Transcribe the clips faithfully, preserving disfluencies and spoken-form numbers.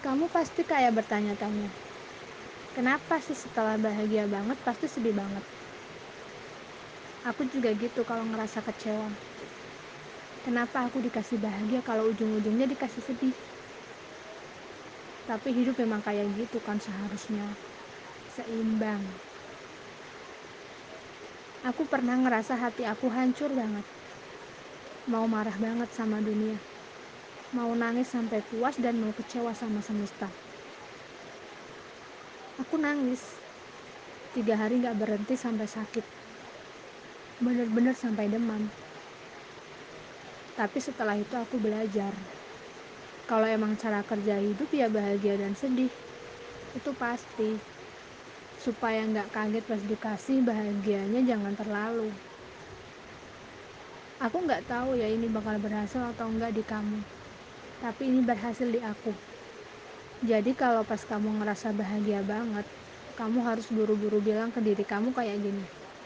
Kamu pasti kayak bertanya-tanya, kenapa sih setelah bahagia banget pasti sedih banget? Aku juga gitu kalau ngerasa kecewa. Kenapa aku dikasih bahagia kalau ujung-ujungnya dikasih sedih? Tapi hidup memang kayak gitu kan seharusnya, seimbang. Aku pernah ngerasa hati aku hancur banget. Mau marah banget sama dunia. Mau nangis sampai puas dan mau kecewa sama semesta. Aku nangis. Tiga hari gak berhenti sampai sakit. Bener-bener sampai demam. Tapi setelah itu aku belajar. Kalau emang cara kerja hidup ya bahagia dan sedih. Itu pasti. Supaya gak kaget pas dikasih, bahagianya jangan terlalu. Aku gak tahu ya ini bakal berhasil atau enggak di kamu. Tapi ini berhasil di aku. Jadi kalau pas kamu ngerasa bahagia banget, kamu harus buru-buru bilang ke diri kamu kayak gini.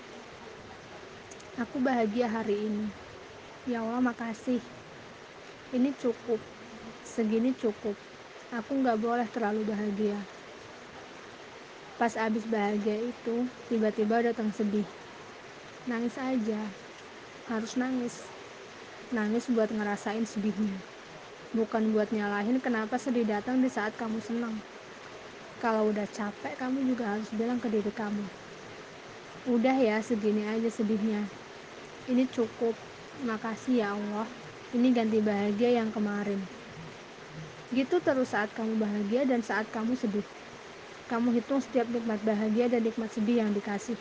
Aku bahagia hari ini. Ya Allah makasih. Ini cukup. Segini cukup. Aku gak boleh terlalu bahagia. Pas abis bahagia itu, tiba-tiba datang sedih. Nangis aja. Harus nangis. Nangis buat ngerasain sedihnya. Bukan buat nyalahin kenapa sedih datang di saat kamu senang. Kalau udah capek, kamu juga harus bilang ke diri kamu. Udah ya, segini aja sedihnya. Ini cukup. Makasih ya Allah. Ini ganti bahagia yang kemarin. Gitu terus saat kamu bahagia dan saat kamu sedih. Kamu hitung setiap nikmat bahagia dan nikmat sedih yang dikasih.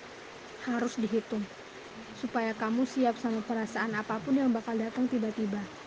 Harus dihitung. Supaya kamu siap sama perasaan apapun yang bakal datang tiba-tiba.